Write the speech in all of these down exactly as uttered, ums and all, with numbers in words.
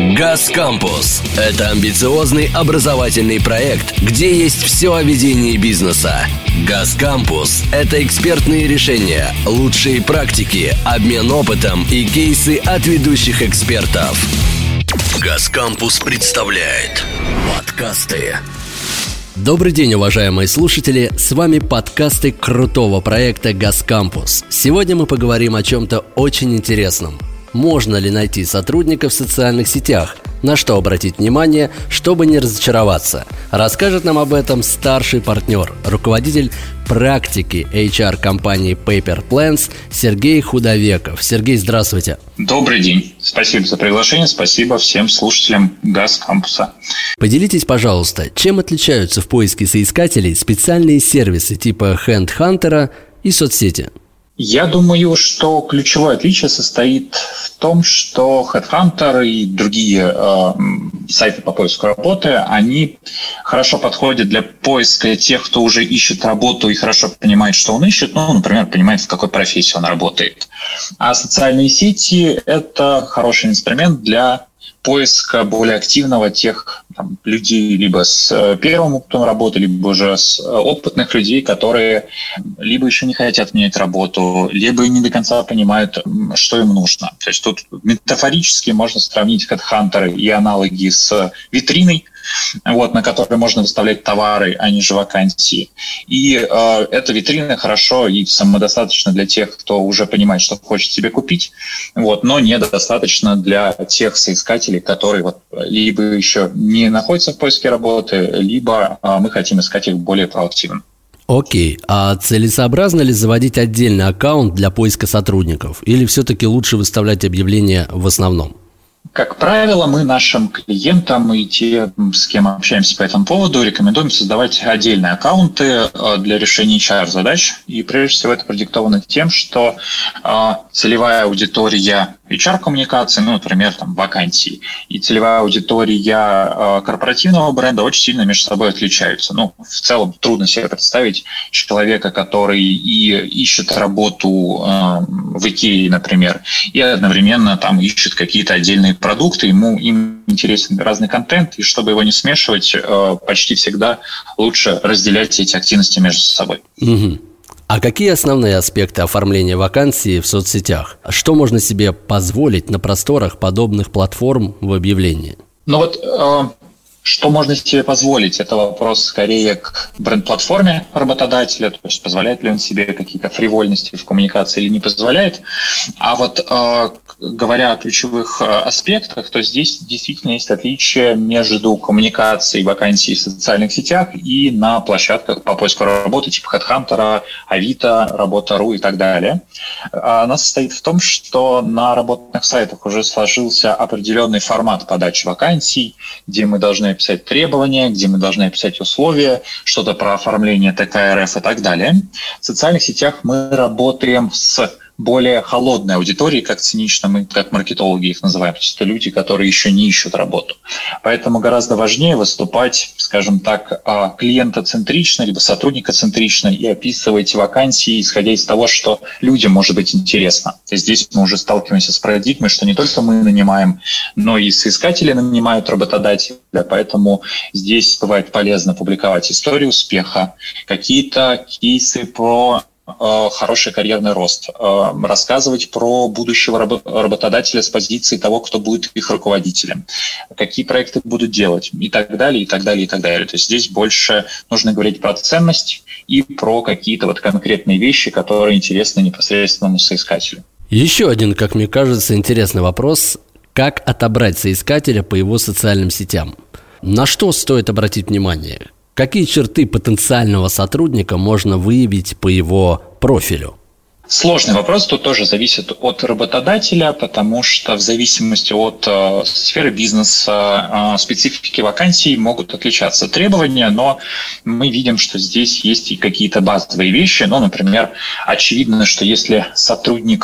ГазКампус – это амбициозный образовательный проект, где есть все о ведении бизнеса. ГазКампус – это экспертные решения, лучшие практики, обмен опытом и кейсы от ведущих экспертов. ГазКампус представляет подкасты. Добрый день, уважаемые слушатели! С вами подкасты крутого проекта ГазКампус. Сегодня мы поговорим о чем-то очень интересном. Можно ли найти сотрудника в социальных сетях? На что обратить внимание, чтобы не разочароваться? Расскажет нам об этом старший партнер, руководитель практики эйч ар-компании Paper Plans Сергей Худовеков. Сергей, здравствуйте. Добрый день. Спасибо за приглашение. Спасибо всем слушателям ГазКампуса. Поделитесь, пожалуйста, чем отличаются в поиске соискателей специальные сервисы типа HandHunter и соцсети? Я думаю, что ключевое отличие состоит в том, что HeadHunter и другие э, сайты по поиску работы, они хорошо подходят для поиска тех, кто уже ищет работу и хорошо понимает, что он ищет, ну, например, понимает, в какой профессии он работает. А социальные сети – это хороший инструмент для поиска более активного тех там, людей либо с первым опытом работы, либо уже с опытных людей, которые либо еще не хотят менять работу, либо не до конца понимают, что им нужно. То есть тут метафорически можно сравнить HeadHunter и аналоги с витриной, вот, на которой можно выставлять товары, а не же вакансии. И э, эта витрина хорошо и самодостаточно для тех, кто уже понимает, что хочет себе купить, вот, но недостаточно для тех соискателей, которые вот, либо еще не находятся в поиске работы, либо э, мы хотим искать их более проактивно. Окей, а целесообразно ли заводить отдельный аккаунт для поиска сотрудников? Или все-таки лучше выставлять объявления в основном? Как правило, мы нашим клиентам и те, с кем общаемся по этому поводу, рекомендуем создавать отдельные аккаунты для решения эйч ар-задач. И прежде всего это продиктовано тем, что э, целевая аудитория эйч ар-коммуникации, ну, например, там, вакансии, и целевая аудитория э, корпоративного бренда очень сильно между собой отличаются. Ну, в целом трудно себе представить человека, который и ищет работу э, в Икее, например, и одновременно там ищет какие-то отдельные продукты, ему им интересен разный контент, и чтобы его не смешивать, э, почти всегда лучше разделять эти активности между собой. Угу. А какие основные аспекты оформления вакансии в соцсетях? Что можно себе позволить на просторах подобных платформ в объявлении? Ну вот, э, что можно себе позволить? Это вопрос скорее к бренд-платформе работодателя, то есть позволяет ли он себе какие-то фривольности в коммуникации или не позволяет. А вот э, говоря о ключевых аспектах, то здесь действительно есть отличие между коммуникацией вакансий в социальных сетях и на площадках по поиску работы типа HeadHunter, Авито, Работа.ру и так далее. Она состоит в том, что на работных сайтах уже сложился определенный формат подачи вакансий, где мы должны описать требования, где мы должны описать условия, что-то про оформление тэ ка эр эф и так далее. В социальных сетях мы работаем с более холодной аудиторией, как цинично мы, как маркетологи их называем, то есть это люди, которые еще не ищут работу. Поэтому гораздо важнее выступать, скажем так, клиентоцентрично, либо сотрудникоцентрично и описывать вакансии, исходя из того, что людям может быть интересно. То есть здесь мы уже сталкиваемся с парадигмой, что не только мы нанимаем, но и соискатели нанимают работодателя, поэтому здесь бывает полезно публиковать историю успеха, какие-то кейсы про хороший карьерный рост, рассказывать про будущего работодателя с позиции того, кто будет их руководителем, какие проекты будут делать и так далее, и так далее, и так далее. То есть здесь больше нужно говорить про ценность и про какие-то вот конкретные вещи, которые интересны непосредственному соискателю. Еще один, как мне кажется, интересный вопрос. Как отобрать соискателя по его социальным сетям? На что стоит обратить внимание? Какие черты потенциального сотрудника можно выявить по его профилю? Сложный вопрос, тут тоже зависит от работодателя, потому что в зависимости от э, сферы бизнеса, э, специфики вакансий могут отличаться требования, но мы видим, что здесь есть и какие-то базовые вещи. Ну, например, очевидно, что если сотрудник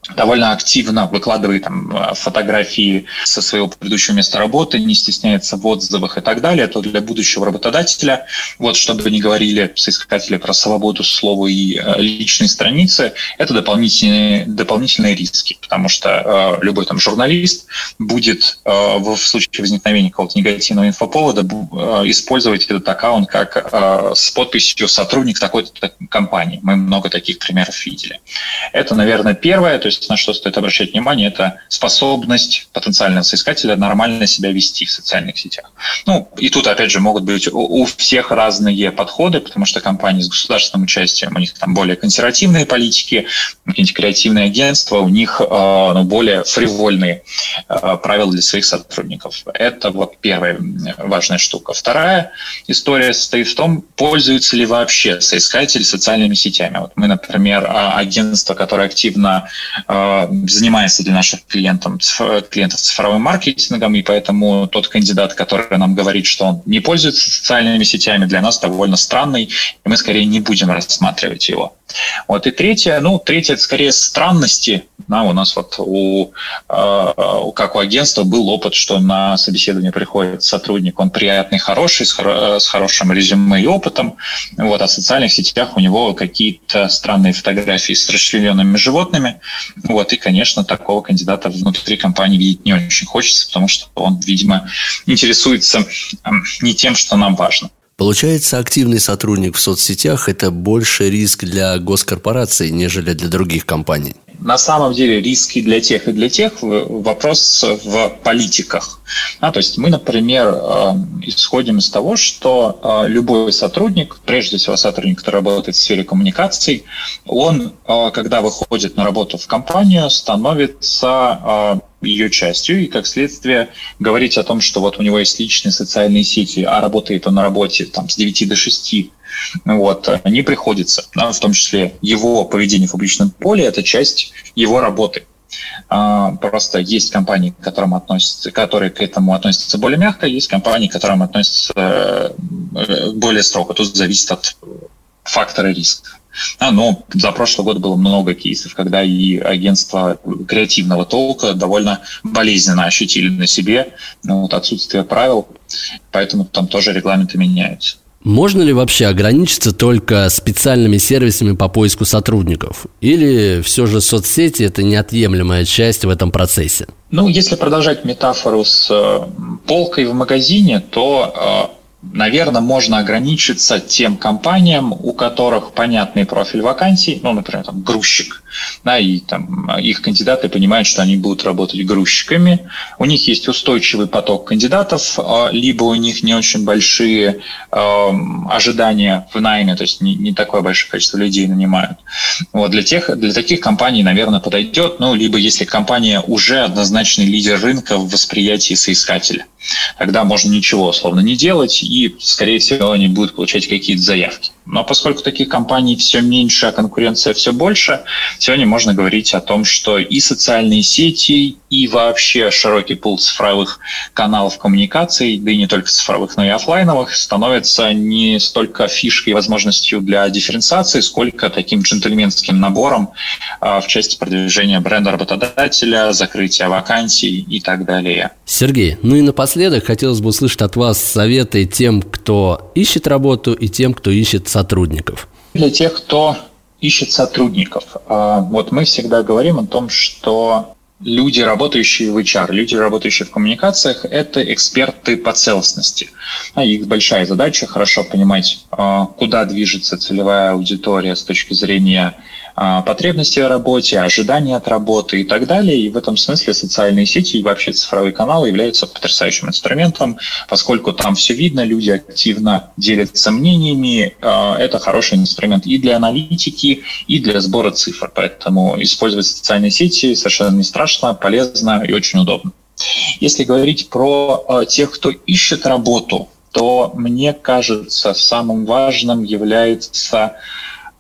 довольно активно выкладывает там фотографии со своего предыдущего места работы, не стесняется в отзывах и так далее, то для будущего работодателя, вот чтобы не говорили соискатели про свободу слова и э, личные страницы, это дополнительные, дополнительные риски, потому что э, любой там журналист будет э, в, в случае возникновения какого-то негативного инфоповода э, использовать этот аккаунт как э, с подписью «сотрудник такой-то компании». Мы много таких примеров видели. Это, наверное, первое, то есть на что стоит обращать внимание, это способность потенциального соискателя нормально себя вести в социальных сетях. Ну, и тут, опять же, могут быть у, у всех разные подходы, потому что компании с государственным участием, у них там более консервативные политики, какие-нибудь креативные агентства, у них э, ну, более фривольные э, правила для своих сотрудников. Это вот первая важная штука. Вторая история состоит в том, пользуется ли вообще соискатель социальными сетями. Вот мы, например, агентство, которое активно занимается для наших клиентов, клиентов цифровым маркетингом, и поэтому тот кандидат, который нам говорит, что он не пользуется социальными сетями, для нас довольно странный, и мы скорее не будем рассматривать его. Вот. И третье, ну, третье, это скорее странности. Да, у нас вот у, как у агентства был опыт, что на собеседование приходит сотрудник, он приятный, хороший, с, хоро- с хорошим резюме и опытом, вот, а в социальных сетях у него какие-то странные фотографии с расчлененными животными. Вот, и, конечно, такого кандидата внутри компании видеть не очень хочется, потому что он, видимо, интересуется не тем, что нам важно. Получается, активный сотрудник в соцсетях – это больше риск для госкорпораций, нежели для других компаний. На самом деле риски для тех и для тех. Вопрос в политиках. А, то есть мы, например, исходим из того, что любой сотрудник, прежде всего сотрудник, который работает в сфере коммуникаций, он, когда выходит на работу в компанию, становится ее частью, и как следствие говорить о том, что вот у него есть личные социальные сети, а работает он на работе там, с девяти до шести, вот, не приходится. Да, в том числе его поведение в публичном поле – это часть его работы. Просто есть компании, к которым относятся, которые к этому относятся более мягко, есть компании, к которым относятся более строго. Тут зависит от фактора риска. А, но за прошлый год было много кейсов, когда и агентства креативного толка довольно болезненно ощутили на себе ну, вот, отсутствие правил, поэтому там тоже регламенты меняются. Можно ли вообще ограничиться только специальными сервисами по поиску сотрудников? Или все же соцсети – это неотъемлемая часть в этом процессе? Ну, если продолжать метафору с полкой в магазине, то, наверное, можно ограничиться тем компаниям, у которых понятный профиль вакансий, ну, например, там, грузчик, да, и там их кандидаты понимают, что они будут работать грузчиками, у них есть устойчивый поток кандидатов, либо у них не очень большие э, ожидания в найме, то есть не, не такое большое количество людей нанимают. Вот для тех, для таких компаний, наверное, подойдет, ну, либо если компания уже однозначный лидер рынка в восприятии соискателя. Тогда можно ничего условно не делать, и, скорее всего, они будут получать какие-то заявки. Но поскольку таких компаний все меньше, а конкуренция все больше, сегодня можно говорить о том, что и социальные сети, и вообще широкий пул цифровых каналов коммуникаций, да и не только цифровых, но и офлайновых, становятся не столько фишкой и возможностью для дифференциации, сколько таким джентльменским набором а, в части продвижения бренда работодателя, закрытия вакансий и так далее. Сергей, ну и напоследок хотелось бы услышать от вас советы тем, кто ищет работу, и тем, кто ищет сотрудников. Для тех, кто ищет сотрудников, вот мы всегда говорим о том, что люди, работающие в эйч ар, люди, работающие в коммуникациях, это эксперты по целостности. Их большая задача хорошо понимать, куда движется целевая аудитория с точки зрения потребностей в работе, ожидания от работы и так далее. И в этом смысле социальные сети и вообще цифровые каналы являются потрясающим инструментом, поскольку там все видно, люди активно делятся мнениями. Это хороший инструмент и для аналитики, и для сбора цифр. Поэтому использовать социальные сети совершенно не страшно, полезно и очень удобно. Если говорить про тех, кто ищет работу, то, мне кажется, самым важным является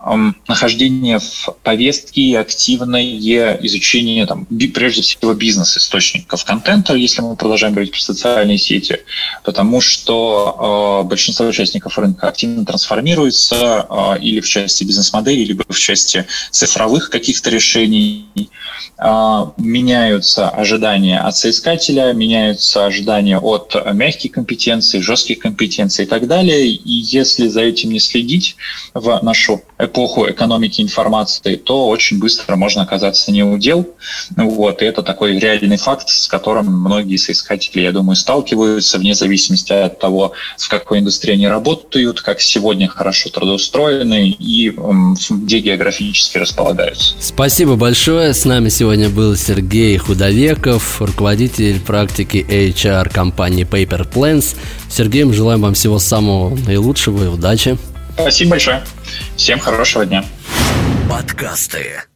нахождение в повестке, активное изучение, там, прежде всего, бизнес-источников контента, если мы продолжаем говорить про социальные сети, потому что э, большинство участников рынка активно трансформируется э, или в части бизнес-модели, либо в части цифровых каких-то решений. Э, меняются ожидания от соискателя, меняются ожидания от мягких компетенций, жестких компетенций и так далее. И если за этим не следить в нашу эпоху экономики информации, то очень быстро можно оказаться не у дел. Вот. И это такой реальный факт, с которым многие соискатели, я думаю, сталкиваются вне зависимости от того, в какой индустрии они работают, как сегодня хорошо трудоустроены и м, где географически располагаются. Спасибо большое. С нами сегодня был Сергей Худовеков, руководитель практики эйч ар компании Paper Plans. Сергей, мы желаем вам всего самого наилучшего и удачи. Спасибо большое. Всем хорошего дня. Подкасты.